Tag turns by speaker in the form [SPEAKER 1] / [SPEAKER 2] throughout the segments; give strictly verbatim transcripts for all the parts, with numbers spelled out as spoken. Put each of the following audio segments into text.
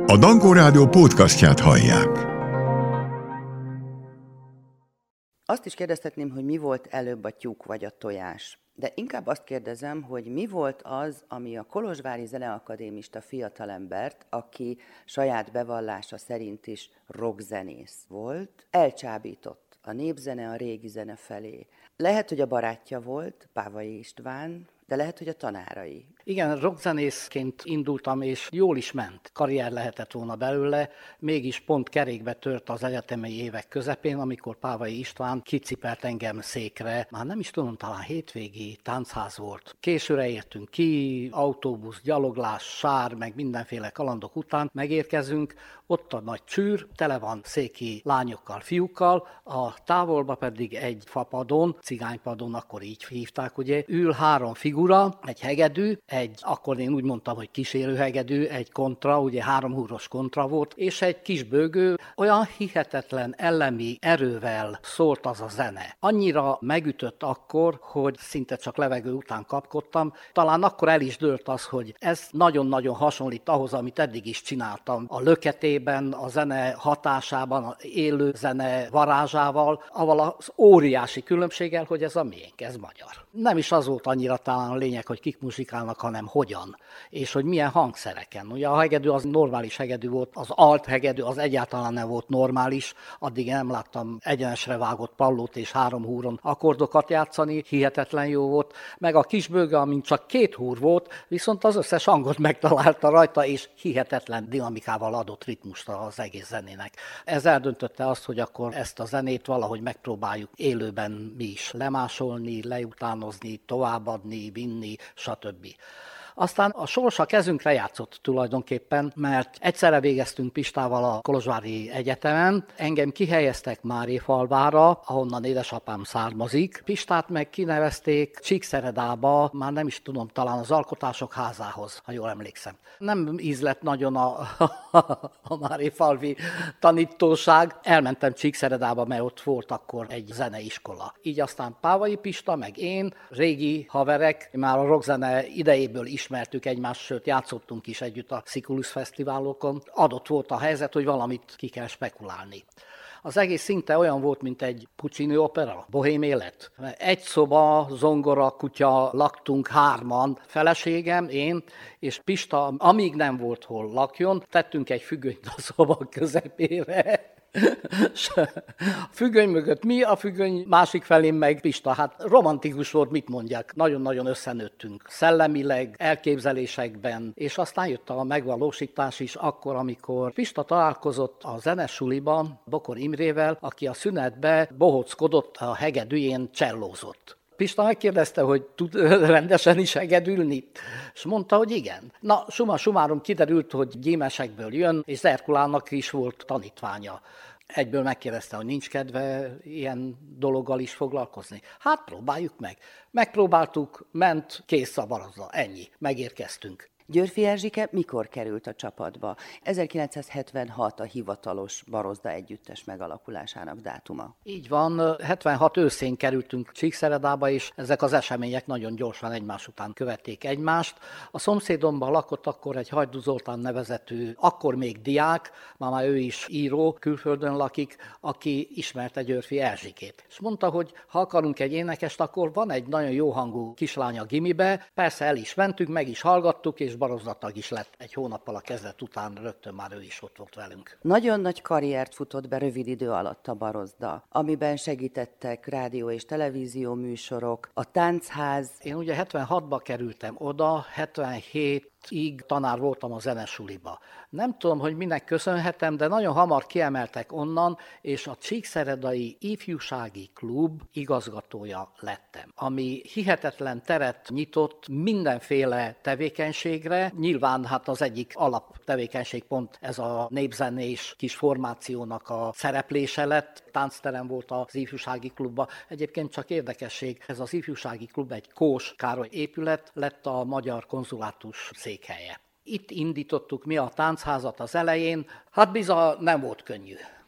[SPEAKER 1] A Dankó Rádió podcastját hallják.
[SPEAKER 2] Azt is kérdezhetném, hogy mi volt előbb, a tyúk vagy a tojás. De inkább azt kérdezem, hogy mi volt az, ami a kolozsvári zeneakadémista fiatalembert, aki saját bevallása szerint is rockzenész volt, elcsábított a népzene, a régi zene felé. Lehet, hogy a barátja volt, Pávai István, de lehet, hogy a tanárai.
[SPEAKER 3] Igen, rockzenészként indultam, és jól is ment. Karrier lehetett volna belőle, mégis pont kerékbe tört az egyetemi évek közepén, amikor Pávai István kicipelt engem székre. Már nem is tudom, talán hétvégi táncház volt. Későre értünk ki, autóbusz, gyaloglás, sár, meg mindenféle kalandok után megérkezünk. Ott a nagy csűr, tele van széki lányokkal, fiúkkal, a távolba pedig egy fapadon, cigánypadon, akkor így hívták, ugye, ül három figura, egy hegedű, egy, akkor én úgy mondtam, hogy kísérőhegedű, egy kontra, ugye három húros kontra volt, és egy kis bőgő. Olyan hihetetlen elemi erővel szólt az a zene. Annyira megütött akkor, hogy szinte csak levegő után kapkodtam. Talán akkor el is dőlt az, hogy ez nagyon-nagyon hasonlít ahhoz, amit eddig is csináltam. A löketében, a zene hatásában, az élő zene varázsával, avval az óriási különbséggel, hogy ez a miénk, ez magyar. Nem is az volt annyira talán a lényeg, hogy kik muzsikálnak, hanem hogyan, és hogy milyen hangszereken. Ugye a hegedű az normális hegedű volt, az alt hegedű az egyáltalán nem volt normális, addig nem láttam egyenesre vágott pallót és három húron akkordokat játszani, hihetetlen jó volt, meg a kis bőge, amint csak két húr volt, viszont az összes hangot megtalálta rajta, és hihetetlen dinamikával adott ritmust az egész zenének. Ez eldöntötte azt, hogy akkor ezt a zenét valahogy megpróbáljuk élőben mi is lemásolni, leutánozni, továbbadni, vinni, stb. Aztán a sors a kezünkre játszott tulajdonképpen, mert egyszerre végeztünk Pistával a Kolozsvári Egyetemen, engem kihelyeztek Máréfalvára, ahonnan édesapám származik, Pistát meg kinevezték Csíkszeredába, már nem is tudom, talán az Alkotások Házához, ha jól emlékszem. Nem ízlett nagyon a, a Máréfalvi tanítóság, elmentem Csíkszeredába, mert ott volt akkor egy zeneiskola. Így aztán Pávai Pista, meg én, régi haverek, már a rockzene idejéből is ismertük egymást, sőt játszottunk is együtt a Sikulus fesztiválokon. Adott volt a helyzet, hogy valamit ki kell spekulálni. Az egész szinte olyan volt, mint egy Puccini opera, bohém élet. Egy szoba, zongora, kutya, laktunk hárman, feleségem, én és Pista, amíg nem volt hol lakjon, tettünk egy függönyt a szoba közepére. A függöny mögött mi, a függöny másik felén meg Pista. Hát romantikus volt, mit mondjak, nagyon-nagyon összenőttünk szellemileg, elképzelésekben, és aztán jött a megvalósítás is akkor, amikor Pista találkozott a zenesuliban Bokor Imrével, aki a szünetbe bohóckodott, a hegedűjén csellózott. Pista megkérdezte, hogy tud rendesen is hegedülni, és mondta, hogy igen. Na, summa summarum kiderült, hogy gyémesekből jön, és Zerkulának is volt tanítványa. Egyből megkérdezte, hogy nincs kedve ilyen dologgal is foglalkozni. Hát próbáljuk meg. Megpróbáltuk, ment, kész a barozda, ennyi, megérkeztünk.
[SPEAKER 2] Györffy Erzsike mikor került a csapatba? ezerkilencszázhetvenhat a hivatalos Barozda együttes megalakulásának dátuma.
[SPEAKER 3] Így van, hetvenhat őszén kerültünk Csíkszeredába, és ezek az események nagyon gyorsan egymás után követték egymást. A szomszédomban lakott akkor egy Hajdú Zoltán nevezetű, akkor még diák, már, már ő is író, külföldön lakik, aki ismerte Györffy Erzsikét. És mondta, hogy ha akarunk egy énekest, akkor van egy nagyon jó hangú kislány a gimibe, persze el is mentünk, meg is hallgattuk, és barozdatag is lett egy hónappal a kezdet után, rögtön már ő is ott volt velünk.
[SPEAKER 2] Nagyon nagy karriert futott be rövid idő alatt a Barozda, amiben segítettek rádió és televízió műsorok, a táncház.
[SPEAKER 3] Én ugye hetvenhatba kerültem oda, hetvenhét ig tanár voltam a zenesuliba. Nem tudom, hogy minek köszönhetem, de nagyon hamar kiemeltek onnan, és a Csíkszeredai Ifjúsági Klub igazgatója lettem, ami hihetetlen teret nyitott mindenféle tevékenységre. Nyilván hát az egyik alaptevékenység pont ez a népzenés kis formációnak a szereplése lett. Táncterem volt az Ifjúsági Klubban. Egyébként csak érdekesség, ez az Ifjúsági Klub egy Kós Károly épület, lett a magyar konzulátus székhelye. Itt indítottuk mi a táncházat az elején, hát bizony nem volt könnyű.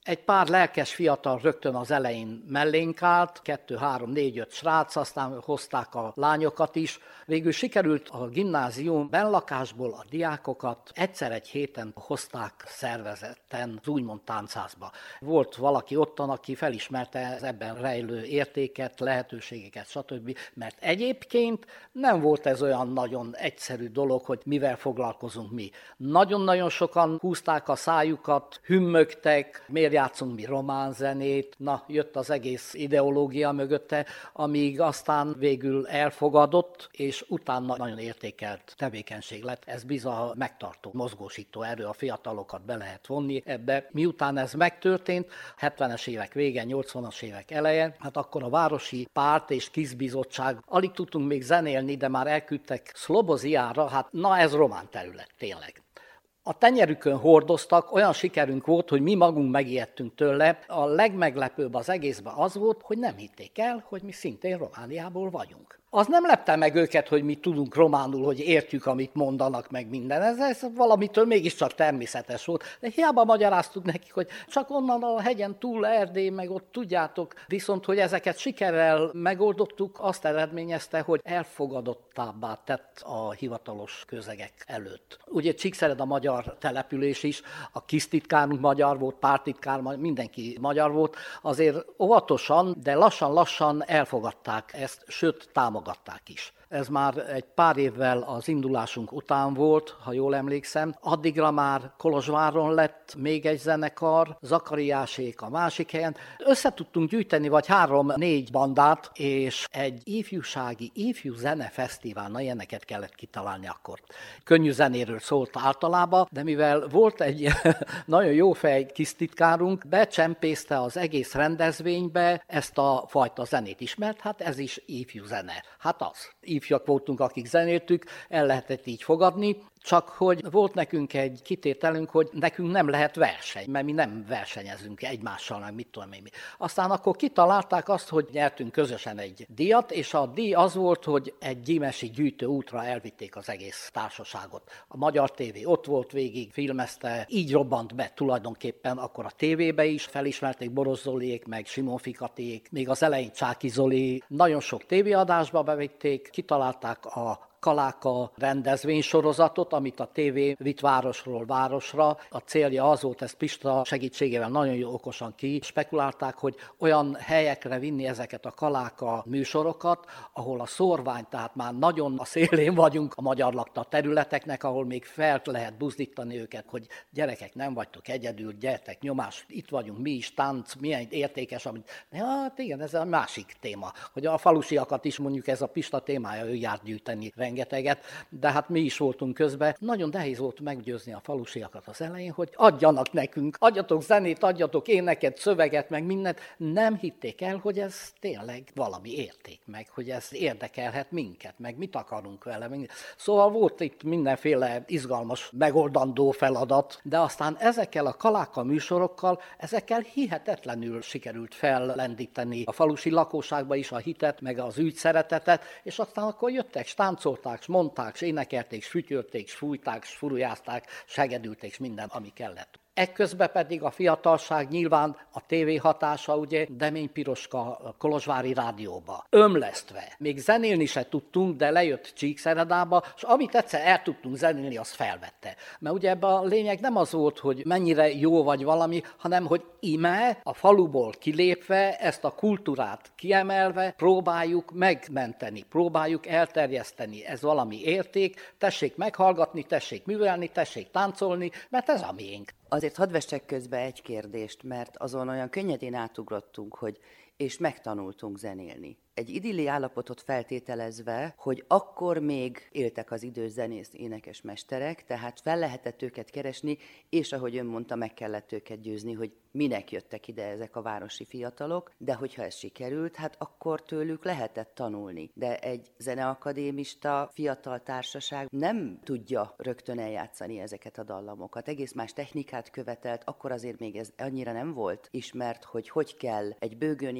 [SPEAKER 3] Egy pár lelkes fiatal rögtön az elején mellénk állt, kettő, három, négy, öt srác, aztán hozták a lányokat is. Végül sikerült a gimnázium benlakásból a diákokat egyszer egy héten hozták szervezetten az úgymond táncházba. Volt valaki ottan, aki felismerte az ebben rejlő értéket, lehetőségeket, stb. Mert egyébként nem volt ez olyan nagyon egyszerű dolog, hogy mivel foglalkozunk mi. Nagyon-nagyon sokan húzták a szájukat, hümmögtek, miért játszunk mi román zenét, na, jött az egész ideológia mögötte, amíg aztán végül elfogadott, és utána nagyon értékelt tevékenység lett. Ez bizony megtartó, mozgósító erő, a fiatalokat be lehet vonni ebbe. Miután ez megtörtént, hetvenes évek vége, nyolcvanas évek eleje, hát akkor a városi párt és kizbizottság, alig tudtunk még zenélni, de már elküldtek Szloboziára, hát na ez román terület, tényleg. A tenyerükön hordoztak, olyan sikerünk volt, hogy mi magunk megijedtünk tőle. A legmeglepőbb az egészben az volt, hogy nem hitték el, hogy mi szintén Romániából vagyunk. Az nem lepte meg őket, hogy mi tudunk románul, hogy értjük, amit mondanak, meg minden. Ez, ez valamitől mégiscsak természetes volt. De hiába magyaráztuk nekik, hogy csak onnan a hegyen túl Erdély, meg ott tudjátok. Viszont, hogy ezeket sikerrel megoldottuk, azt eredményezte, hogy elfogadottábbá tett a hivatalos közegek előtt. Ugye Csíkszered a magyar település is, a kisztitkárunk magyar volt, pártitkár, mindenki magyar volt. Azért óvatosan, de lassan-lassan elfogadták ezt, sőt támogatták. Támogatták is. Ez már egy pár évvel az indulásunk után volt, ha jól emlékszem. Addigra már Kolozsváron lett még egy zenekar, Zakariásék a másik helyen. Össze tudtunk gyűjteni vagy három-négy bandát, és egy ifjúsági, ifjú zenefesztivál, na ilyeneket kellett kitalálni akkor. Könnyű zenéről szólt általában, de mivel volt egy nagyon jó fej kisztitkárunk, becsempészte az egész rendezvénybe ezt a fajta zenét is, mert hát ez is ifjú zene. Hát az. Ifjak voltunk, akik zenéltük, el lehetett így fogadni, csak hogy volt nekünk egy kitételünk, hogy nekünk nem lehet verseny, mert mi nem versenyezünk egymással, meg mit tudom én mi. Aztán akkor kitalálták azt, hogy nyertünk közösen egy díjat, és a díj az volt, hogy egy gyimesi gyűjtő útra elvitték az egész társaságot. A Magyar tévé ott volt végig, filmezte, így robbant be tulajdonképpen akkor a tévébe is, felismerték Boros Zoliék, meg Simon Fikaték, még az elején Csáky Zoli, nagyon sok tévéadásba bevitték, kitalálták a Kaláka rendezvénysorozatot, amit a tévé vitt városról városra. A célja az volt, ezt Pista segítségével nagyon jó okosan ki spekulálták, hogy olyan helyekre vinni ezeket a Kaláka műsorokat, ahol a szórvány, tehát már nagyon a szélén vagyunk a magyar lakta területeknek, ahol még fel lehet buzdítani őket, hogy gyerekek, nem vagytok egyedül, gyertek, nyomás, itt vagyunk mi is, tánc, milyen értékes, amit... Hát igen, ez a másik téma, hogy a falusiakat is mondjuk ez a Pista témája, ő járt gyűjteni rengeteget, de hát mi is voltunk közben. Nagyon nehéz volt meggyőzni a falusiakat az elején, hogy adjanak nekünk, adjatok zenét, adjatok éneket, szöveget, meg mindent. Nem hitték el, hogy ez tényleg valami érték, meg hogy ez érdekelhet minket, meg mit akarunk vele. Szóval volt itt mindenféle izgalmas, megoldandó feladat, de aztán ezekkel a Kaláka műsorokkal, ezekkel hihetetlenül sikerült fellendíteni a falusi lakosságba is a hitet, meg az ügyszeretetet, és aztán akkor jöttek, stáncolták, s mondták, s énekelték, s fütyölték, s fújták, s furujázták, segedülték, s minden, ami kellett. Ekközben pedig a fiatalság nyilván a tévé hatása, ugye, Demény Piroska a Kolozsvári rádióba. Ömlesztve. Még zenélni se tudtunk, de lejött Csíkszeredába, és amit egyszer el tudtunk zenélni, azt felvette. Mert ugye ebben a lényeg nem az volt, hogy mennyire jó vagy valami, hanem hogy ime a faluból kilépve, ezt a kultúrát kiemelve próbáljuk megmenteni, próbáljuk elterjeszteni. Ez valami érték, tessék meghallgatni, tessék művelni, tessék táncolni, mert ez a miénk.
[SPEAKER 2] Azért hadd vessek közbe egy kérdést, mert azon olyan könnyedén átugrottunk, hogy és megtanultunk zenélni. Egy idilli állapotot feltételezve, hogy akkor még éltek az idős zenész énekes mesterek, tehát fel lehetett őket keresni, és ahogy ön mondta, meg kellett őket győzni, hogy minek jöttek ide ezek a városi fiatalok, de hogyha ez sikerült, hát akkor tőlük lehetett tanulni. De egy zeneakadémista fiatal társaság nem tudja rögtön eljátszani ezeket a dallamokat. Egész más technikát követelt, akkor azért még ez annyira nem volt ismert, hogy hogy kell egy bőgőn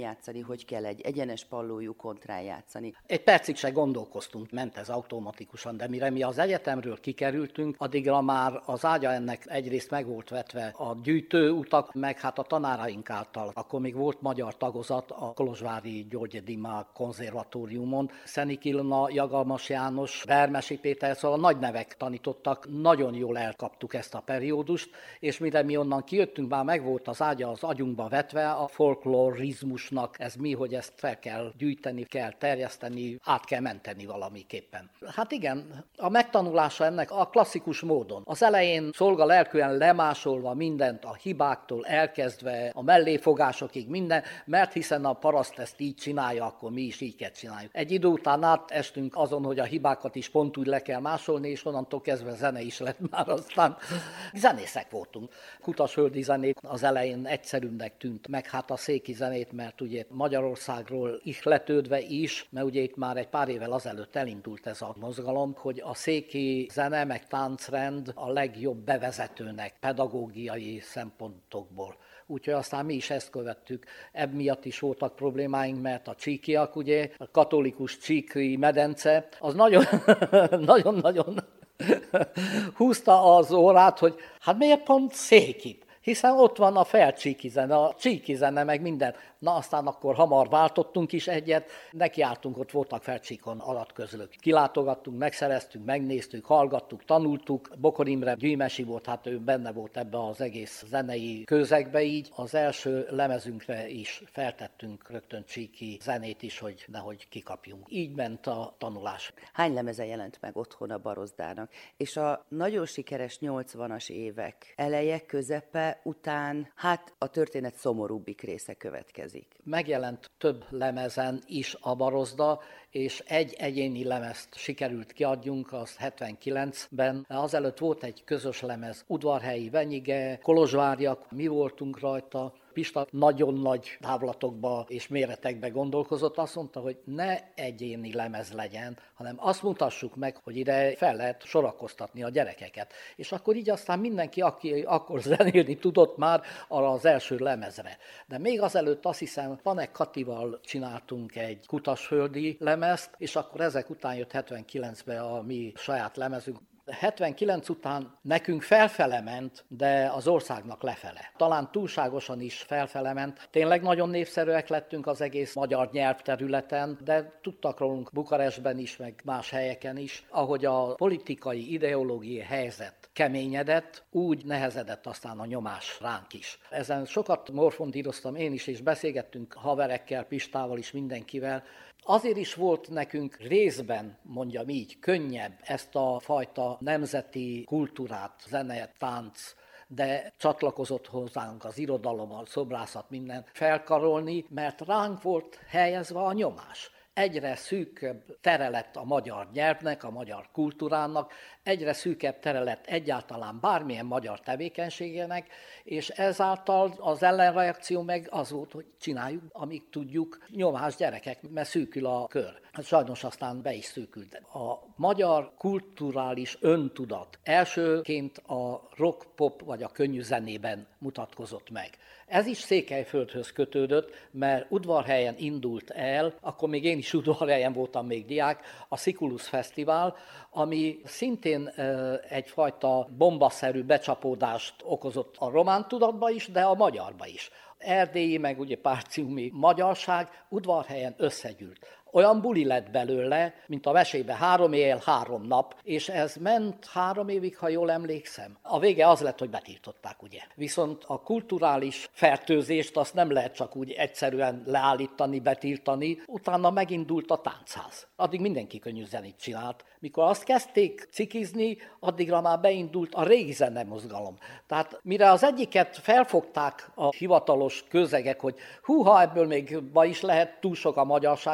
[SPEAKER 2] játszani, hogy kell egy egyenes pallójú kontrán játszani.
[SPEAKER 3] Egy percig se gondolkoztunk, ment ez automatikusan, de mire mi az egyetemről kikerültünk, addigra már az ágya ennek egyrészt meg volt vetve a gyűjtőutak, meg hát a tanáraink által. Akkor még volt magyar tagozat a kolozsvári György Dima konzervatóriumon. Szenik Ilona, Jagalmas János, Vermesi Péter, szóval nagy nevek tanítottak, nagyon jól elkaptuk ezt a periódust, és mire mi onnan kijöttünk, már meg volt az ágya az agyunkba vetve, a folklorizmusnak ez mi, hogy ezt fel kell gyűjteni, kell terjeszteni, át kell menteni valamiképpen. Hát igen, a megtanulása ennek a klasszikus módon. Az elején szolgalelkűen lemásolva mindent, a hibáktól elkezdve, a melléfogásokig minden, mert hiszen a paraszt ezt így csinálja, akkor mi is így kell csináljuk. Egy idő után átestünk azon, hogy a hibákat is pont úgy le kell másolni, és onnantól kezdve zene is lett már, aztán zenészek voltunk. Kutasföldi zenét az elején egyszerűnek tűnt, meg hát a széki zenét, mert ugye Magyarországról ihletődve is, mert ugye itt már egy pár évvel azelőtt elindult ez a mozgalom, hogy a széki zene meg táncrend a legjobb bevezetőnek pedagógiai szempontokból. Úgyhogy aztán mi is ezt követtük. Ebb miatt is voltak problémáink, mert a csíkiak, ugye, a katolikus csíki medence, az nagyon, nagyon-nagyon húzta az órát, hogy hát miért pont székit? Hiszen ott van a felcsíki zene, a csíki zene, meg minden. Na aztán akkor hamar váltottunk is egyet, nekiálltunk, ott voltak felcsíkon alatközlők. Kilátogattunk, megszereztünk, megnéztük, hallgattuk, tanultuk. Bokor Imre gyűjmesi volt, hát ő benne volt ebbe az egész zenei közegbe így. Az első lemezünkre is feltettünk rögtön csíki zenét is, hogy nehogy kikapjunk. Így ment a tanulás.
[SPEAKER 2] Hány lemeze jelent meg otthon a Barozdának? És a nagyon sikeres nyolcvanas évek eleje, közepe után, hát a történet szomorúbbik része következik.
[SPEAKER 3] Megjelent több lemezen is a Barozda, és egy egyéni lemezt sikerült kiadjunk, az hetvenkilencben. Azelőtt volt egy közös lemez, Udvarhelyi Venyige, Kolozsvárjak, mi voltunk rajta. Pista nagyon nagy távlatokba és méretekbe gondolkozott, azt mondta, hogy ne egyéni lemez legyen, hanem azt mutassuk meg, hogy ide fel lehet sorakoztatni a gyerekeket. És akkor így aztán mindenki, aki akkor zenélni tudott már arra az első lemezre. De még azelőtt azt hiszem, Panek Katival csináltunk egy kutasföldi lemezt, és akkor ezek után jött hetvenkilencben a mi saját lemezünk. hetvenkilenc után nekünk felfele ment, de az országnak lefele. Talán túlságosan is felfele ment. Tényleg nagyon népszerűek lettünk az egész magyar nyelvterületen, de tudtak rólunk Bukarestben is, meg más helyeken is. Ahogy a politikai, ideológiai helyzet keményedett, úgy nehezedett aztán a nyomás ránk is. Ezen sokat morfondíroztam én is, és beszélgettünk haverekkel, Pistával is, mindenkivel. Azért is volt nekünk részben, mondjam így, könnyebb ezt a fajta nemzeti kultúrát, zene, tánc, de csatlakozott hozzánk az irodalom, a szobrászat, minden felkarolni, mert ránk volt helyezve a nyomás. Egyre szűkebb tere lett a magyar nyelvnek, a magyar kultúrának, egyre szűkebb tere lett egyáltalán bármilyen magyar tevékenységének, és ezáltal az ellenreakció meg az volt, hogy csináljuk, amíg tudjuk, nyomás gyerekek, mert szűkül a kör. Sajnos aztán be is szűkült. A magyar kulturális öntudat elsőként a rock-pop vagy a könnyű zenében mutatkozott meg. Ez is Székelyföldhöz kötődött, mert Udvarhelyen indult el, akkor még én is Udvarhelyen voltam még diák, a Siculus Fesztivál, ami szintén egyfajta bombaszerű becsapódást okozott a román tudatba is, de a magyarba is. Erdélyi, meg ugye párciumi magyarság Udvarhelyen összegyűlt. Olyan buli lett belőle, mint a mesében, három éjjel, három nap, és ez ment három évig, ha jól emlékszem. A vége az lett, hogy betiltották, ugye. Viszont a kulturális fertőzést azt nem lehet csak úgy egyszerűen leállítani, betiltani, utána megindult a táncház. Addig mindenki könnyű zenét csinált. Mikor azt kezdték cikizni, addigra már beindult a régi zenemozgalom. Tehát mire az egyiket felfogták a hivatalos közegek, hogy húha, ebből még ma is lehet, túl sok a magyarság ebbe,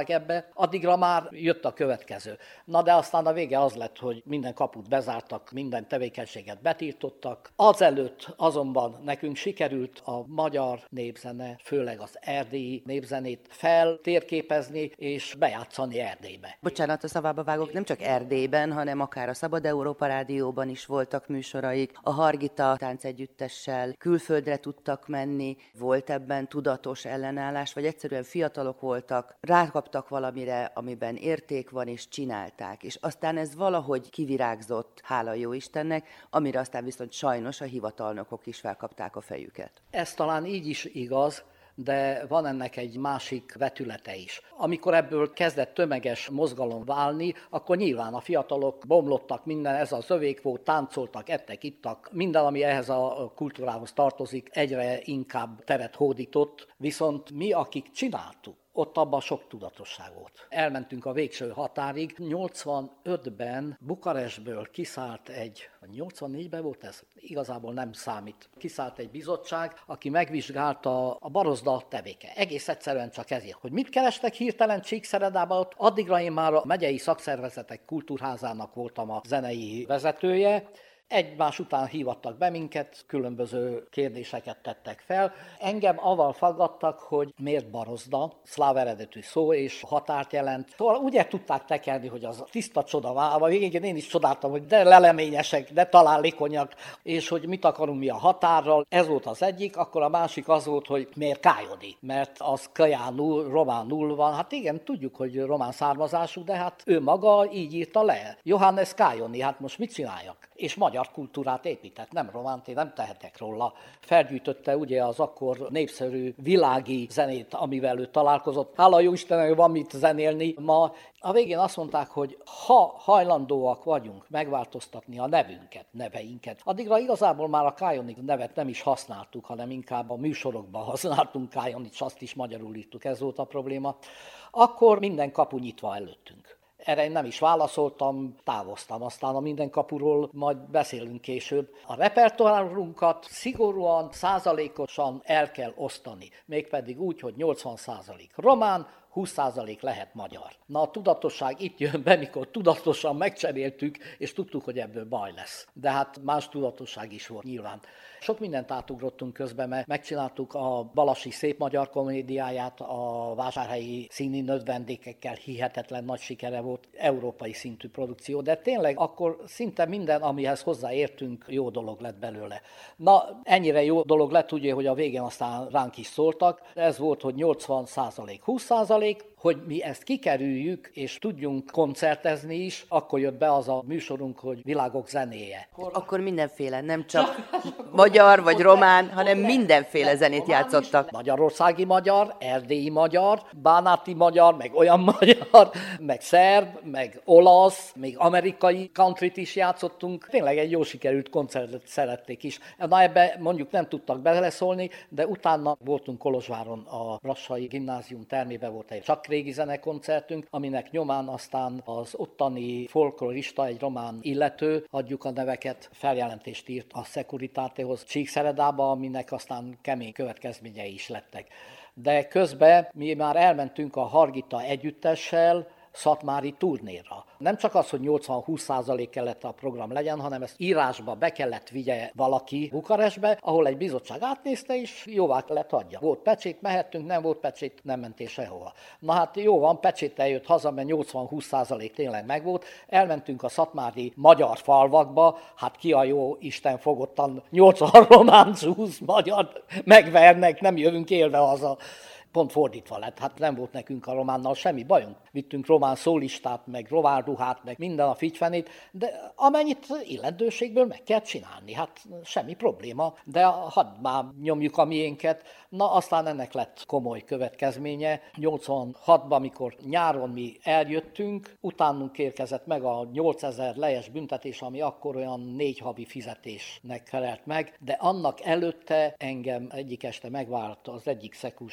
[SPEAKER 3] de addigra már jött a következő. Na de aztán a vége az lett, hogy minden kaput bezártak, minden tevékenységet betiltottak. Azelőtt azonban nekünk sikerült a magyar népzene, főleg az erdélyi népzenét feltérképezni és bejátszani Erdélybe.
[SPEAKER 2] Bocsánat, a szavába vágok, nem csak Erdélyben, hanem akár a Szabad Európa Rádióban is voltak műsoraik. A Hargita táncegyüttessel külföldre tudtak menni. Volt ebben tudatos ellenállás, vagy egyszerűen fiatalok voltak, rákaptak valamire, amiben érték van, és csinálták. És aztán ez valahogy kivirágzott, hála jó Istennek, amire aztán viszont sajnos a hivatalnokok is felkapták a fejüket.
[SPEAKER 3] Ez talán így is igaz, de van ennek egy másik vetülete is. Amikor ebből kezdett tömeges mozgalom válni, akkor nyilván a fiatalok bomlottak, minden, ez az övék volt, táncoltak, ettek, ittak, minden, ami ehhez a kultúrához tartozik, egyre inkább teret hódított, viszont mi, akik csináltuk, ott abban sok tudatosság volt. Elmentünk a végső határig. nyolcvanötben Bukarestből kiszállt egy, nyolcvannégyben volt ez? Igazából nem számít. Kiszállt egy bizottság, aki megvizsgálta a barozda tevéke. Egész egyszerűen csak ezért, hogy mit kerestek hirtelen Csíkszeredában. Ott addigra én már a megyei szakszervezetek kultúrházának voltam a zenei vezetője. Egymás után hívattak be minket, különböző kérdéseket tettek fel. Engem avval faggattak, hogy miért barozda, szláv eredetű szó, és határt jelent. Szóval ugye tudták tekerni, hogy az tiszta csoda válva. Végén én is csodáltam, hogy de leleményesek, de találékonyak, és hogy mit akarunk mi a határral. Ez volt az egyik, akkor a másik az volt, hogy miért kájodi, mert az kajánul, románul van. Hát igen, tudjuk, hogy román származású, de hát ő maga így írta le. Johannes Kájoni, hát most mit csináljak? És magyar kultúrát épített, nem románt, én nem tehetek róla. Felgyűjtötte ugye az akkor népszerű világi zenét, amivel ő találkozott. Hála jó Istennek, van mit zenélni ma. A végén azt mondták, hogy ha hajlandóak vagyunk megváltoztatni a nevünket, neveinket, addigra igazából már a Kájoni nevet nem is használtuk, hanem inkább a műsorokban használtunk Kájonit, és azt is magyarul írtuk, ez volt a probléma, akkor minden kapu nyitva előttünk. Erre én nem is válaszoltam, távoztam. Aztán a minden kapuról majd beszélünk később. A repertoárunkat szigorúan, százalékosan el kell osztani. Mégpedig úgy, hogy nyolcvan százalék román, húsz százalék lehet magyar. Na a tudatosság itt jön be, mikor tudatosan megcseréltük, és tudtuk, hogy ebből baj lesz. De hát más tudatosság is volt nyilván. Sok mindent átugrottunk közben, mert megcsináltuk a Balasi Szép Magyar Komédiáját, a vásárhelyi színi növendékekkel, hihetetlen nagy sikere volt, európai szintű produkció, de tényleg akkor szinte minden, amihez hozzáértünk, jó dolog lett belőle. Na, ennyire jó dolog lett, ugye, hogy a végén aztán ránk is szóltak. Ez volt, hogy nyolcvan százalék, húsz százalék, hogy mi ezt kikerüljük, és tudjunk koncertezni is, akkor jött be az a műsorunk, hogy Világok zenéje.
[SPEAKER 2] Akkor mindenféle, nem csak magyar vagy román, hanem mindenféle zenét játszottak.
[SPEAKER 3] Magyarországi magyar, erdélyi magyar, bánáti magyar, meg olyan magyar, meg szerb, meg olasz, még amerikai countryt is játszottunk. Tényleg egy jó sikerült koncertet szerették is. Na ebbe mondjuk nem tudtak beleszólni, de utána voltunk Kolozsváron, a Brassai Gimnázium termében volt egy csak régi zenekoncertünk, aminek nyomán aztán az ottani folklorista, egy román illető, adjuk a neveket, feljelentést írt a Securitátehoz Csíkszeredába, aminek aztán kemény következményei is lettek. De közben mi már elmentünk a Hargita együttessel szatmári turnéra. Nem csak az, hogy nyolcvan-húsz százalék kellett a program legyen, hanem ezt írásba be kellett vigye valaki Bukarestbe, ahol egy bizottság átnézte, és jóvá kellett adja. Volt pecsét, mehettünk, nem volt pecsét, nem mentél sehova. Na hát jó van, pecséttel jött haza, mert nyolcvan-húsz százalék tényleg megvolt. Elmentünk a szatmári magyar falvakba, hát ki a jó Isten fogottan nyolcvan román, húsz magyar megvernek, nem jövünk élve haza. Pont fordítva lett, hát nem volt nekünk a románnal semmi bajunk. Vittünk román szólistát, meg román ruhát, meg minden a figyfenét, de amennyit illendőségből meg kell csinálni, hát semmi probléma, de hadd már nyomjuk a miénket. Na aztán ennek lett komoly következménye. nyolcvanhatban, amikor nyáron mi eljöttünk, utánunk érkezett meg a nyolcezer lejes büntetés, ami akkor olyan négy havi fizetésnek felelt meg, de annak előtte engem egyik este megvárt az egyik szekus a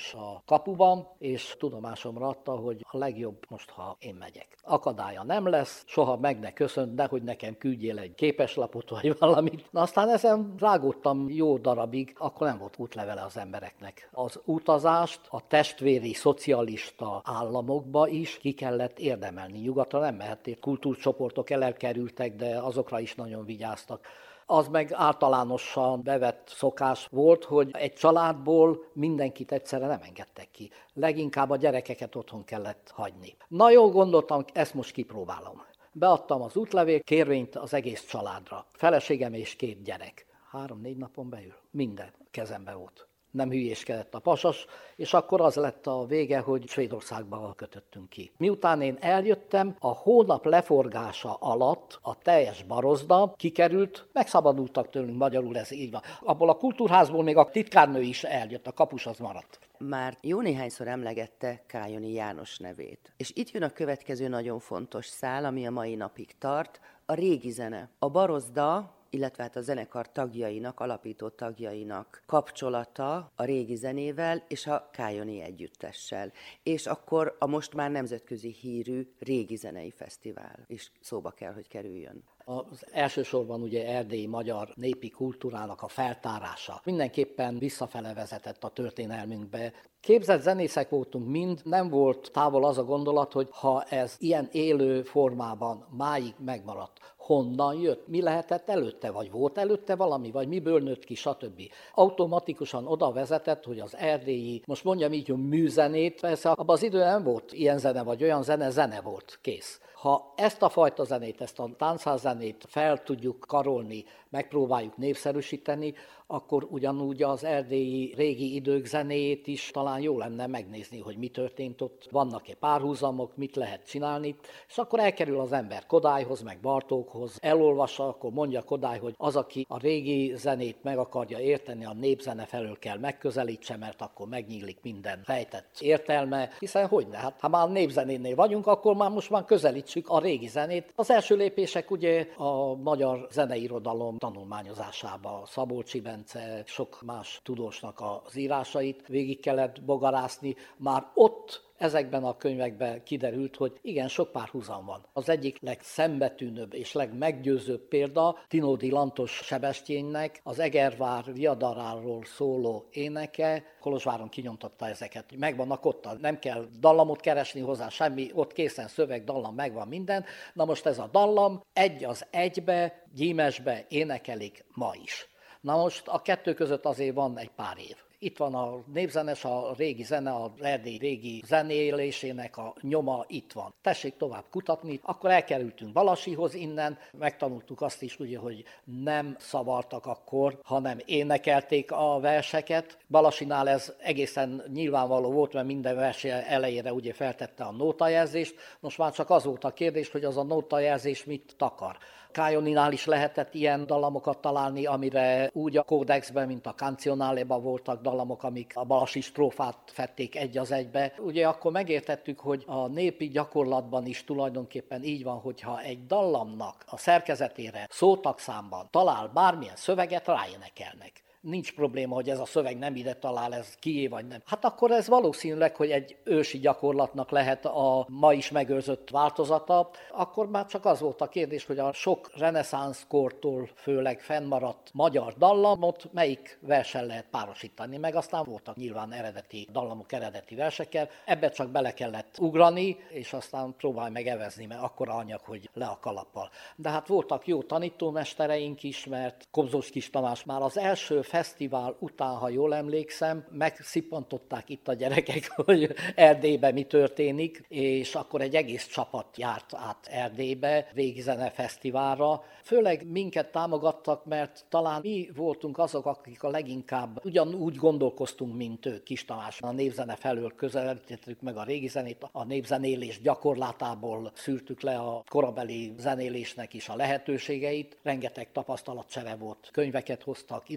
[SPEAKER 3] kapuban, és tudomásomra adta, hogy a legjobb most, ha én megyek. Akadálya nem lesz, soha meg ne köszönt, de hogy nekem küldjél egy képeslapot, vagy valamit. Na aztán ezen rágódtam jó darabig, akkor nem volt útlevele az embereknek. Az utazást a testvéri szocialista államokba is ki kellett érdemelni. Nyugatra nem mehették, kultúrcsoportok elkerültek, de azokra is nagyon vigyáztak. Az meg általánosan bevett szokás volt, hogy egy családból mindenkit egyszerre nem engedtek ki. Leginkább a gyerekeket otthon kellett hagyni. Na jó, gondoltam, ezt most kipróbálom. Beadtam az útlevél kérvényt az egész családra. Feleségem és két gyerek. Három-négy napon belül minden kezembe volt. Nem hülyéskedett a pasas, és akkor az lett a vége, hogy Svédországba kötöttünk ki. Miután én eljöttem, a hónap leforgása alatt a teljes barozda kikerült, megszabadultak tőlünk, magyarul ez így van. Abból a kultúrházból még a titkárnő is eljött, a kapus az maradt.
[SPEAKER 2] Már jó néhányszor emlegette Kályoni János nevét. És itt jön a következő nagyon fontos szál, ami a mai napig tart, a régi zene. A barozda, illetve hát a zenekar tagjainak, alapító tagjainak kapcsolata a régi zenével és a Kályoni együttessel. És akkor a most már nemzetközi hírű régi zenei fesztivál is szóba kell, hogy kerüljön.
[SPEAKER 3] Az elsősorban ugye erdélyi magyar népi kultúrának a feltárása mindenképpen visszafele vezetett a történelmünkbe. Képzett zenészek voltunk mind, nem volt távol az a gondolat, hogy ha ez ilyen élő formában máig megmaradt, honnan jött, mi lehetett előtte, vagy volt előtte valami, vagy miből nőtt ki, stb. Automatikusan oda vezetett, hogy az erdélyi, most mondjam így, hogy műzenét, persze abban az időn nem volt ilyen zene, vagy olyan zene, zene volt, kész. Ha ezt a fajta zenét, ezt a táncház-zenét fel tudjuk karolni, megpróbáljuk népszerűsíteni, akkor ugyanúgy az erdélyi régi idők zenéjét is talán jó lenne megnézni, hogy mi történt ott, vannak-e párhuzamok, mit lehet csinálni, és akkor elkerül az ember Kodályhoz, meg Bartókhoz, elolvassa, akkor mondja Kodály, hogy az, aki a régi zenét meg akarja érteni, a népzene felől kell megközelítse, mert akkor megnyílik minden rejtett értelme, hiszen hogyne, hát ha már népzenénél vagyunk, akkor már most már közelítsük a régi zenét. Az első lépések ugye a magyar zeneirodalom tanulmányozásába, Szabolcsi Bence, sok más tudósnak az írásait végig kellett bogarászni. Már ott ezekben a könyvekben kiderült, hogy igen, sok párhuzam van. Az egyik legszembetűnőbb és legmeggyőzőbb példa Tinódi Lantos Sebestyénnek az Egervár viadaráról szóló éneke. Kolozsváron kinyomtatta ezeket. Megvannak ott, nem kell dallamot keresni hozzá, semmi, ott készen szöveg, dallam, megvan minden. Na most ez a dallam egy az egybe, gyímesbe énekelik ma is. Na most a kettő között azért van egy pár év. Itt van a népzenes, a régi zene, az erdély régi zenélésének a nyoma itt van. Tessék tovább kutatni. Akkor elkerültünk Balasihoz innen, megtanultuk azt is, ugye, hogy nem szavaltak akkor, hanem énekelték a verseket. Balasinál ez egészen nyilvánvaló volt, mert minden vers elejére ugye feltette a nótajelzést. Most már csak az volt a kérdés, hogy az a nótajelzés mit takar. Kályoninál is lehetett ilyen dallamokat találni, amire úgy a kódexben, mint a Cancionáléban voltak dallamok, amik a balasi strófát fették egy az egybe. Ugye akkor megértettük, hogy a népi gyakorlatban is tulajdonképpen így van, hogyha egy dallamnak a szerkezetére szótagszámban talál bármilyen szöveget, ráénekelnek. Nincs probléma, hogy ez a szöveg nem ide talál, ez kié vagy nem. Hát akkor ez valószínűleg, hogy egy ősi gyakorlatnak lehet a ma is megőrzött változata. Akkor már csak az volt a kérdés, hogy a sok reneszánszkortól főleg fennmaradt magyar dallamot melyik versen lehet párosítani. Meg aztán voltak nyilván eredeti dallamok eredeti versekkel. Ebbe csak bele kellett ugrani, és aztán próbálj meg evezni, mert akkora anyag, hogy le a kalappal. De hát voltak jó tanítómestereink is, mert Kobzós Kis Tamás már az első fesztivál után, ha jól emlékszem, megszippantották itt a gyerekek, hogy Erdélyben mi történik, és akkor egy egész csapat járt át Erdélybe, Végizene Fesztiválra. Főleg minket támogattak, mert talán mi voltunk azok, akik a leginkább ugyanúgy gondolkoztunk, mint ők. Kis Tamás a népzene felől közelítettük meg a régi zenét, a népzenélés gyakorlatából szűrtük le a korabeli zenélésnek is a lehetőségeit. Rengeteg tapasztalatcsere volt, könyveket hoztak, irodalmat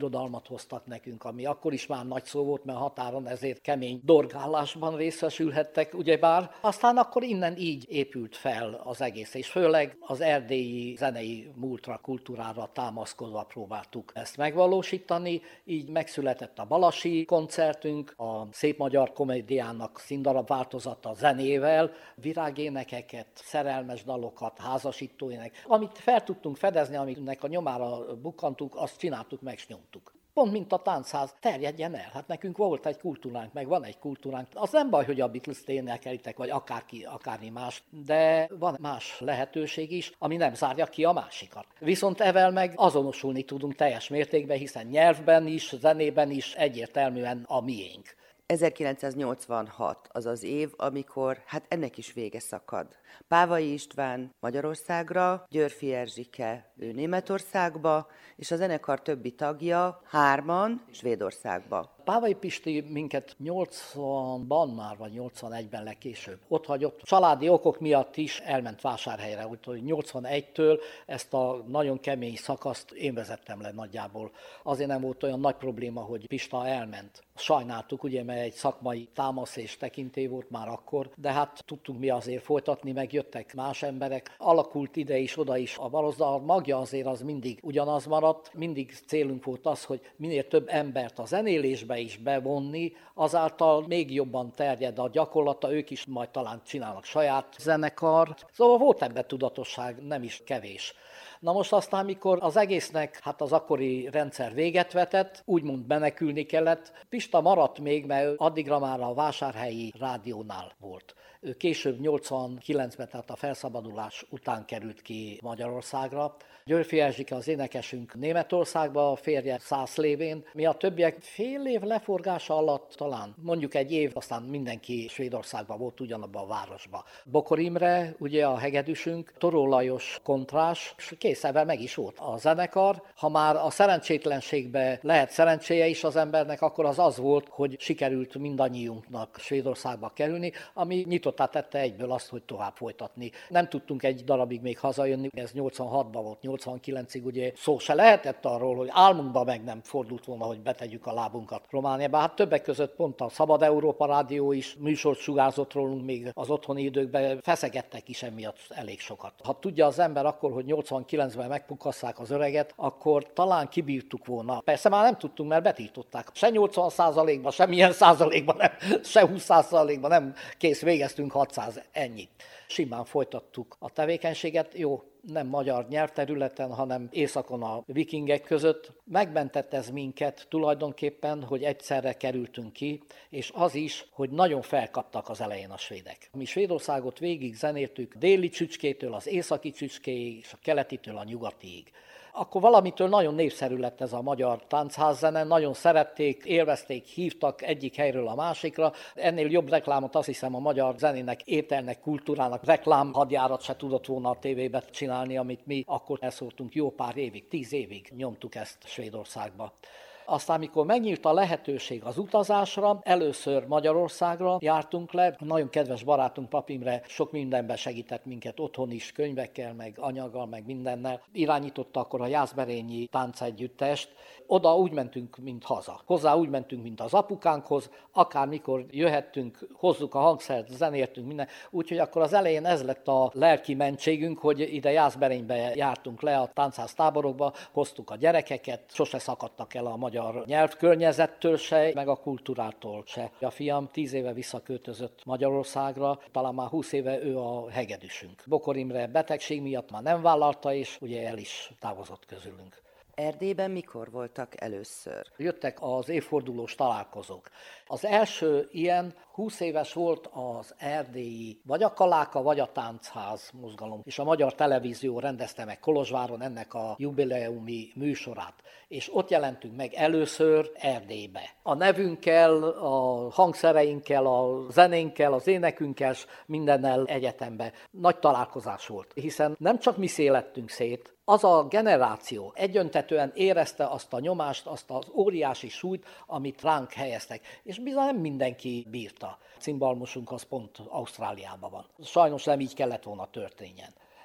[SPEAKER 3] díjakat hoztak nekünk, ami akkor is már nagy szó volt, mert határon ezért kemény dorgálásban részesülhettek, ugyebár. Aztán akkor innen így épült fel az egész, és főleg az erdélyi zenei múltra, kultúrára támaszkodva próbáltuk ezt megvalósítani. Így megszületett a Balasi koncertünk, a Szép Magyar Komédiának színdarab változata zenével, virágénekeket, szerelmes dalokat, házasítóének. Amit fel tudtunk fedezni, aminek a nyomára bukkantunk, azt csináltuk, meg s nyomtuk. Pont mint a táncház, terjedjen el. Hát nekünk volt egy kultúránk, meg van egy kultúránk. Az nem baj, hogy a Beatles-t énekelitek, vagy akárki, akármi más, de van más lehetőség is, ami nem zárja ki a másikat. Viszont evel meg azonosulni tudunk teljes mértékben, hiszen nyelvben is, zenében is egyértelműen a miénk.
[SPEAKER 2] ezerkilencszáznyolcvanhat az az év, amikor hát ennek is vége szakad. Pávai István Magyarországra, Györffy Erzsike ő Németországba, és a zenekar többi tagja hárman Svédországba.
[SPEAKER 3] Pávai Pisti minket nyolcvanban már, vagy nyolcvanegyben legkésőbb ott hagyott. Családi okok miatt is elment Vásárhelyre, úgyhogy nyolcvanegytől ezt a nagyon kemény szakaszt én vezettem le nagyjából. Azért nem volt olyan nagy probléma, hogy Pista elment. Sajnáltuk, ugye, mert egy szakmai támasz és tekintély volt már akkor, de hát tudtunk mi azért folytatni, meg jöttek más emberek. Alakult ide is, oda is a Barozda, a magja azért az mindig ugyanaz maradt. Mindig célunk volt az, hogy minél több embert a zenélésbe is bevonni, azáltal még jobban terjed a gyakorlata, ők is majd talán csinálnak saját zenekart. Szóval volt ebben tudatosság, nem is kevés. Na most aztán, mikor az egésznek hát az akkori rendszer véget vetett, úgymond menekülni kellett, Pista maradt még, mert addigra már a Vásárhelyi rádiónál volt. Ő később nyolcvankilencben, tehát a felszabadulás után került ki Magyarországra. Györffy Erzsike az énekesünk Németországba, a férje szász lévén. Mi a többiek fél év leforgása alatt talán, mondjuk egy év, aztán mindenki Svédországban volt, ugyanabban a városban. Bokor Imre, ugye a hegedűsünk, Toró Lajos kontrás, és készen meg is volt a zenekar. Ha már a szerencsétlenségbe lehet szerencséje is az embernek, akkor az az volt, hogy sikerült mindannyiunknak Svédországba kerülni, ami nyitottá tette egyből azt, hogy tovább folytatni. Nem tudtunk egy darabig még hazajönni, ez nyolcvanhatban volt, nyolcvankilencig ugye szó se lehetett arról, hogy álmunkban meg nem fordult volna, hogy betegyük a lábunkat Romániába. Hát többek között pont a Szabad Európa Rádió is műsort sugárzott rólunk még az otthoni időkben, feszegettek is emiatt elég sokat. Ha tudja az ember akkor, hogy nyolcvankilencben megpukasszák az öreget, akkor talán kibírtuk volna. Persze már nem tudtunk, mert betiltották. Se nyolcvan százalékban, semmilyen százalékban nem, se húsz százalékban nem, kész, végeztünk hatszáz, ennyit. Simán folytattuk a tevékenységet, jó, nem magyar nyelvterületen, hanem északon a vikingek között. Megmentett ez minket tulajdonképpen, hogy egyszerre kerültünk ki, és az is, hogy nagyon felkaptak az elején a svédek. Mi Svédországot végig zenéltük, déli csücskétől az északi csücskéig, és a keletitől a nyugatiig. Akkor valamitől nagyon népszerű lett ez a magyar táncházszene, nagyon szerették, élvezték, hívtak egyik helyről a másikra. Ennél jobb reklámot azt hiszem a magyar zenének, ételnek, kultúrának, reklám hadjárat se tudott volna a tévébe csinálni, amit mi akkor elszórtunk jó pár évig, tíz évig nyomtuk ezt Svédországba. Aztán, amikor megnyílt a lehetőség az utazásra, először Magyarországra jártunk le. Nagyon kedves barátunk Pap Imre sok mindenben segített minket otthon is, könyvekkel, meg anyaggal, meg mindennel. Irányította akkor a Jászberényi táncegyüttest. Oda úgy mentünk, mint haza. Hozzá úgy mentünk, mint az apukánkhoz. Akármikor jöhettünk, hozzuk a hangszert, zenéltünk, minden. Úgyhogy akkor az elején ez lett a lelki mentségünk, hogy ide Jászberénybe jártunk le a táncház táborokba, hoztuk a gyerekeket, sose szakadtak el a magyar nyelvkörnyezettől se, meg a kultúrától se. A fiam tíz éve visszaköltözött Magyarországra, talán már húsz éve ő a hegedűsünk. Bokor Imre betegség miatt már nem vállalta, és ugye el is távozott közülünk.
[SPEAKER 2] Erdélyben mikor voltak először?
[SPEAKER 3] Jöttek az évfordulós találkozók. Az első ilyen húsz éves volt az erdélyi, vagy a Kaláka, vagy a Táncház mozgalom, és a Magyar Televízió rendezte meg Kolozsváron ennek a jubileumi műsorát, és ott jelentünk meg először Erdélybe. A nevünkkel, a hangszereinkkel, a zenénkkel, az énekünkkel, mindennel egyetembe. Nagy találkozás volt, hiszen nem csak mi szélettünk szét, az a generáció egyöntetően érezte azt a nyomást, azt az óriási súlyt, amit ránk helyeztek. És bizony nem mindenki bírta. Cimbalmosunk az pont Ausztráliában van. Sajnos nem így kellett volna történjen.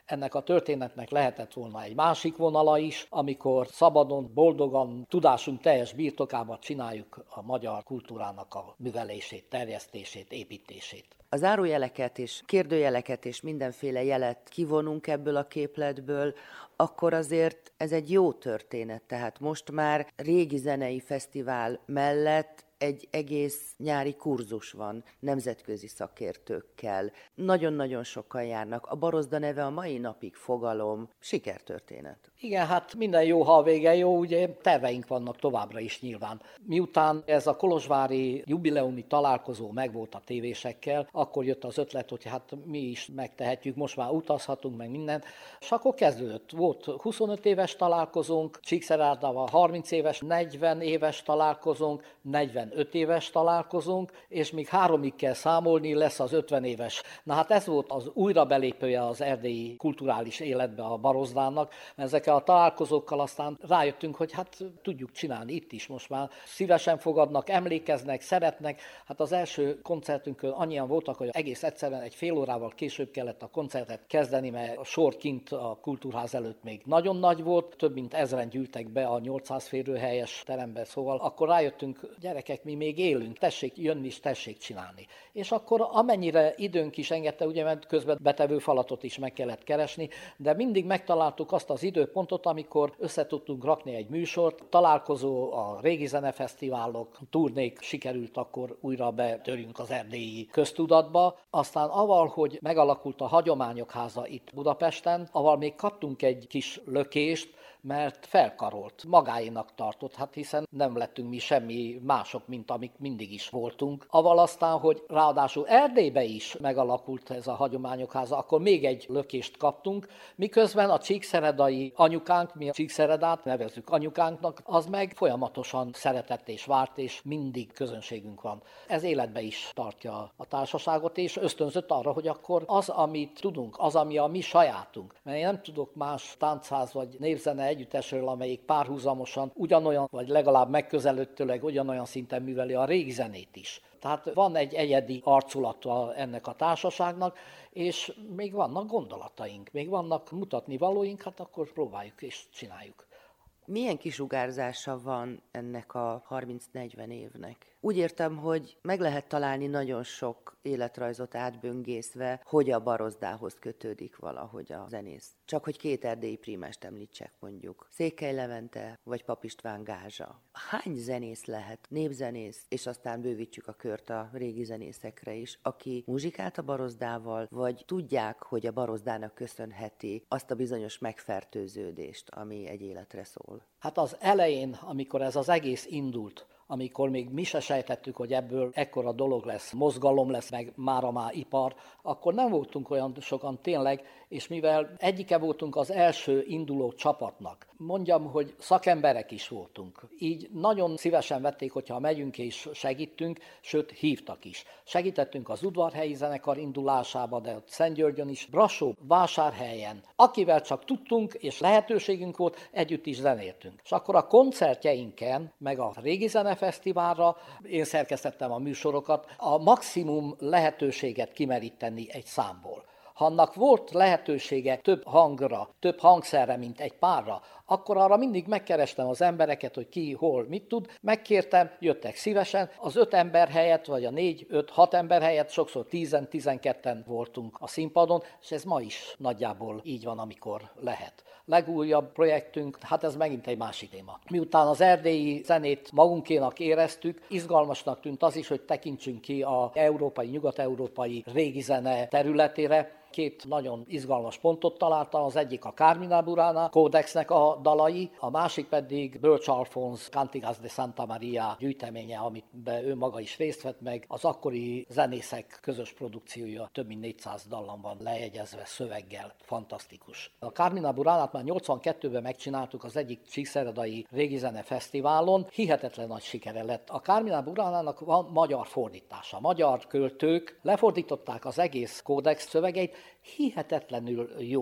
[SPEAKER 3] Ennek a történetnek lehetett volna egy másik vonala is, amikor szabadon, boldogan, tudásunk teljes birtokában csináljuk a magyar kultúrának a művelését, terjesztését, építését.
[SPEAKER 2] A zárójeleket és kérdőjeleket és mindenféle jelet kivonunk ebből a képletből, akkor azért ez egy jó történet. Tehát most már régi zenei fesztivál mellett egy egész nyári kurzus van nemzetközi szakértőkkel. Nagyon-nagyon sokan járnak. A Barozda neve a mai napig fogalom, sikertörténet.
[SPEAKER 3] Igen, hát minden jó, ha a vége jó, ugye terveink vannak továbbra is nyilván. Miután ez a kolozsvári jubileumi találkozó megvolt a tévésekkel, akkor jött az ötlet, hogy hát mi is megtehetjük, most már utazhatunk, meg minden. És akkor kezdődött. Volt huszonöt éves találkozónk, Csíkszeredával harminc éves, negyven éves találkozónk, negyvenöt éves találkozónk, és még háromig kell számolni, lesz az ötven éves. Na hát ez volt az újra belépője az erdélyi kulturális életbe a Barozdának, mert ezekkel a találkozókkal aztán rájöttünk, hogy hát tudjuk csinálni itt is most már. Szívesen fogadnak, emlékeznek, szeretnek. Hát az első koncertünkön annyian voltak, hogy egész egyszerűen egy fél órával később kellett a koncertet kezdeni, mert a sor kint a kultúrház előtt még nagyon nagy volt, több mint ezren gyűltek be a nyolcszáz férőhelyes terembe, szóval akkor rájöttünk, gyerekek, mi még élünk, tessék jönni és tessék csinálni. És akkor amennyire időnk is engedte, ugye, mert közben betevő falatot is meg kellett keresni, de mindig megtaláltuk azt az időpontot, amikor össze tudtunk rakni egy műsort, találkozó, a régi zenefesztiválok, turnék, sikerült akkor újra betörjünk az erdélyi köztudatba. Aztán aval, hogy megalakult a Hagyományok Háza itt Budapesten, aval még kaptunk egy kis lökést, mert felkarolt, magáénak tartott, hát hiszen nem lettünk mi semmi mások, mint amik mindig is voltunk. Aval aztán, hogy ráadásul Erdélybe is megalakult ez a Hagyományok Háza, akkor még egy lökést kaptunk, miközben a csíkszeredai anyukánk, mi a Csíkszeredát nevezzük anyukánknak, az meg folyamatosan szeretett és várt, és mindig közönségünk van. Ez életbe is tartja a társaságot, és ösztönzött arra, hogy akkor az, amit tudunk, az, ami a mi sajátunk. Mert én nem tudok más táncház vagy népzene együttesről, amelyik párhuzamosan ugyanolyan, vagy legalább megközelítőleg ugyanolyan szinten műveli a régi zenét is. Tehát van egy egyedi arculata ennek a társaságnak, és még vannak gondolataink, még vannak mutatni valóink, hát akkor próbáljuk és csináljuk.
[SPEAKER 2] Milyen kisugárzása van ennek a harminc-negyven évnek? Úgy értem, hogy meg lehet találni nagyon sok életrajzot átböngészve, hogy a Barozdához kötődik valahogy a zenész. Csak hogy két erdélyi prímást említsek mondjuk. Székely Levente vagy Pap István Gázsa. Hány zenész lehet, népzenész, és aztán bővítsük a kört a régi zenészekre is, aki muzsikált a Barozdával, vagy tudják, hogy a Barozdának köszönheti azt a bizonyos megfertőződést, ami egy életre szól?
[SPEAKER 3] Hát az elején, amikor ez az egész indult, amikor még mi se sejtettük, hogy ebből ekkora dolog lesz, mozgalom lesz, meg mára már ipar, akkor nem voltunk olyan sokan tényleg, és mivel egyike voltunk az első induló csapatnak, mondjam, hogy szakemberek is voltunk. Így nagyon szívesen vették, hogyha megyünk és segítünk, sőt hívtak is. Segítettünk az Udvarhelyi zenekar indulásába, de Szentgyörgyön is, Brassó, Vásárhelyen, akivel csak tudtunk és lehetőségünk volt, együtt is zenéltünk. És akkor a koncertjeinken, meg a régi zenefesztiválra, én szerkesztettem a műsorokat, a maximum lehetőséget kimeríteni egy számból. Ha annak volt lehetősége több hangra, több hangszerre, mint egy párra, akkor arra mindig megkerestem az embereket, hogy ki, hol, mit tud. Megkértem, jöttek szívesen. Az öt ember helyett, vagy a négy, öt, hat ember helyett sokszor tízen, tizenketten voltunk a színpadon, és ez ma is nagyjából így van, amikor lehet. Legújabb projektünk, hát ez megint egy másik téma. Miután az erdélyi zenét magunkénak éreztük, izgalmasnak tűnt az is, hogy tekintsünk ki az európai, nyugat-európai régi zene területére. Két nagyon izgalmas pontot találtam, az egyik a Carmina Burana kódexnek a dalai, a másik pedig Bölcs Alfonz Cantigas de Santa Maria gyűjteménye, amit ő maga is részt vett meg. Az akkori zenészek közös produkciója, több mint négyszáz dallam van lejegyezve szöveggel, fantasztikus. A Carmina Buranát már nyolcvankettőben megcsináltuk az egyik csíkszeredai régi zene fesztiválon, hihetetlen nagy sikere lett. A Carmina Buranának van magyar fordítása. Magyar költők lefordították az egész kódex szövegeit, hihetetlenül jól.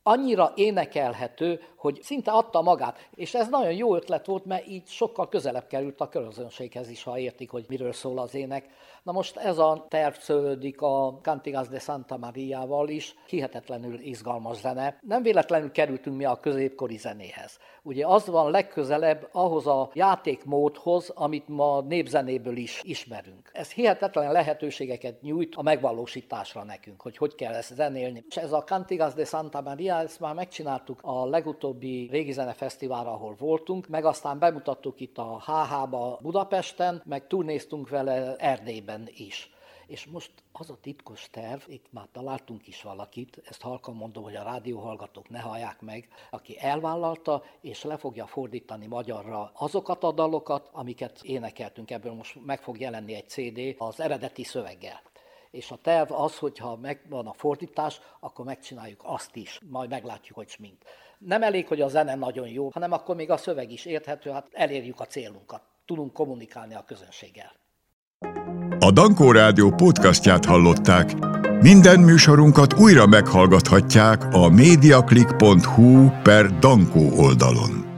[SPEAKER 3] annyira énekelhető, hogy szinte adta magát. És ez nagyon jó ötlet volt, mert így sokkal közelebb került a közönséghez is, ha értik, hogy miről szól az ének. Na most ez a terv sződik a Cantigas de Santa Mariával is, hihetetlenül izgalmas zene. Nem véletlenül kerültünk mi a középkori zenéhez. Ugye az van legközelebb ahhoz a játékmódhoz, amit ma népzenéből is ismerünk. Ez hihetetlen lehetőségeket nyújt a megvalósításra nekünk, hogy hogy kell ezt zenélni. És ez a Cantigas de Santa Maria, ezt már megcsináltuk a legutóbbi Régi Zene Fesztiválra, ahol voltunk, meg aztán bemutattuk itt a há há-ba Budapesten, meg turnéztunk vele Erdélyben is. És most az a titkos terv, itt már találtunk is valakit, ezt halkan mondom, hogy a rádióhallgatók ne hallják meg, aki elvállalta, és le fogja fordítani magyarra azokat a dalokat, amiket énekeltünk, ebből most meg fog jelenni egy cé dé az eredeti szöveggel. És a terv az, hogyha megvan a fordítás, akkor megcsináljuk azt is, majd meglátjuk, hogy smink. Nem elég, hogy a zene nagyon jó, hanem akkor még a szöveg is érthető, hát elérjük a célunkat, tudunk kommunikálni a közönséggel.
[SPEAKER 1] A Dankó Rádió podcastját hallották. Minden műsorunkat újra meghallgathatják a mediaclick pont hu per Dankó oldalon.